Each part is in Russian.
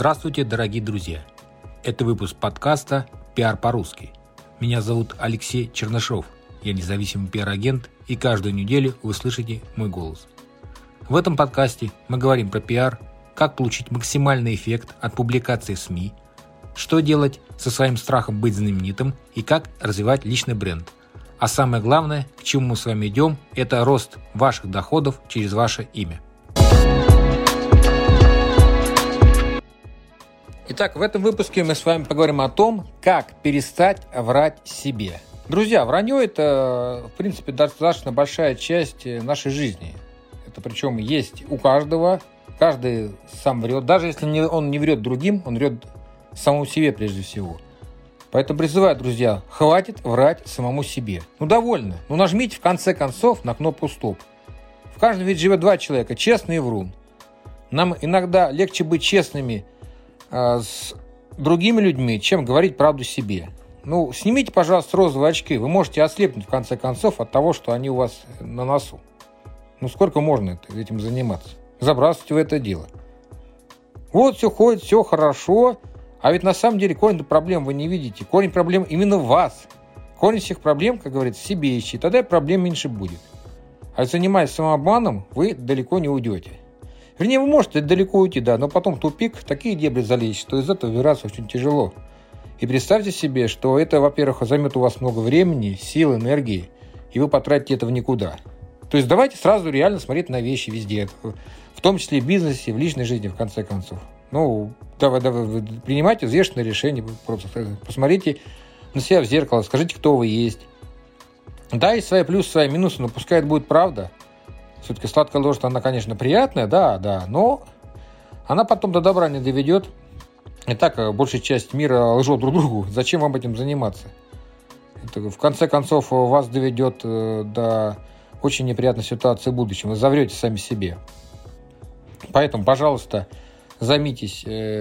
Здравствуйте, дорогие друзья! Это выпуск подкаста «Пиар по-русски». Меня зовут Алексей Чернышов. Я независимый пиар-агент, и каждую неделю вы слышите мой голос. В этом подкасте мы говорим про пиар, как получить максимальный эффект от публикации в СМИ, что делать со своим страхом быть знаменитым и как развивать личный бренд. А самое главное, к чему мы с вами идем, это рост ваших доходов через ваше имя. Итак, в этом выпуске мы с вами поговорим о том, как перестать врать себе. Друзья, вранье – это, в принципе, достаточно большая часть нашей жизни. Это причем есть у каждого, каждый сам врет. Даже если он не врет другим, он врет самому себе прежде всего. Поэтому призываю, друзья, хватит врать самому себе. Довольно. Нажмите в конце концов на кнопку «Стоп». В каждом ведь живет два человека – честный и врун. Нам иногда легче быть честными с другими людьми, чем говорить правду себе. Снимите, пожалуйста, розовые очки. Вы можете ослепнуть, в конце концов, от того, что они у вас на носу. Сколько можно этим заниматься? Забрасывайте в это дело. Вот все ходит, все хорошо, а ведь на самом деле корень проблем вы не видите. Корень проблем именно в вас. Корень всех проблем, как говорится, в себе ищите, тогда проблем меньше будет. А занимаясь самообманом, вы далеко не уйдете. Вернее, вы можете далеко уйти, да, но потом в тупик, в такие дебри залезть, что из этого выбираться очень тяжело. И представьте себе, что это, во-первых, займет у вас много времени, сил, энергии, и вы потратите это в никуда. То есть давайте сразу реально смотреть на вещи везде, в том числе и в бизнесе, в личной жизни, в конце концов. Давай, принимайте взвешенные решения, просто посмотрите на себя в зеркало, скажите, кто вы есть. Да, есть свои плюсы, свои минусы, но пускай это будет правда. Все-таки сладкая ложь, она, конечно, приятная, да, но она потом до добра не доведет. И так большая часть мира лжет друг другу. Зачем вам этим заниматься? Это, в конце концов, вас доведет до очень неприятной ситуации в будущем. Вы заврете сами себе. Поэтому, пожалуйста, займитесь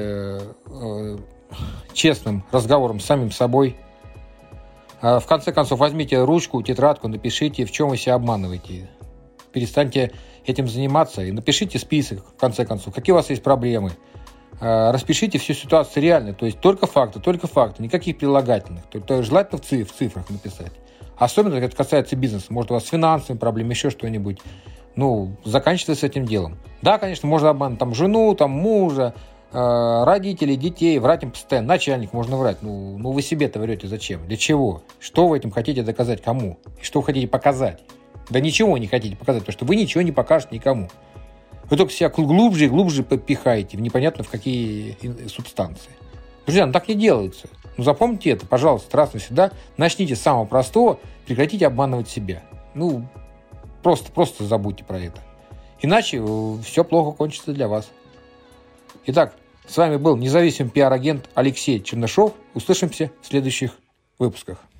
честным разговором с самим собой. В конце концов, возьмите ручку, тетрадку, напишите, в чем вы себя обманываете. Перестаньте этим заниматься и напишите список, в конце концов, какие у вас есть проблемы. Распишите всю ситуацию реально, то есть только факты, никаких прилагательных. Только желательно в цифрах написать. Особенно, когда это касается бизнеса. Может, у вас финансовые проблемы, еще что-нибудь. Заканчивайте с этим делом. Да, конечно, можно обмануть жену, мужа, родителей, детей, врать им постоянно. Начальник можно врать. Вы себе-то врете зачем? Для чего? Что вы этим хотите доказать кому? И что вы хотите показать? Да ничего не хотите показать, потому что вы ничего не покажете никому. Вы только себя глубже и глубже подпихаете в непонятно в какие субстанции. Друзья, так не делается. Запомните это, пожалуйста, раз навсегда. Начните с самого простого, прекратите обманывать себя. Просто забудьте про это. Иначе все плохо кончится для вас. Итак, с вами был независимый пиар-агент Алексей Чернышов. Услышимся в следующих выпусках.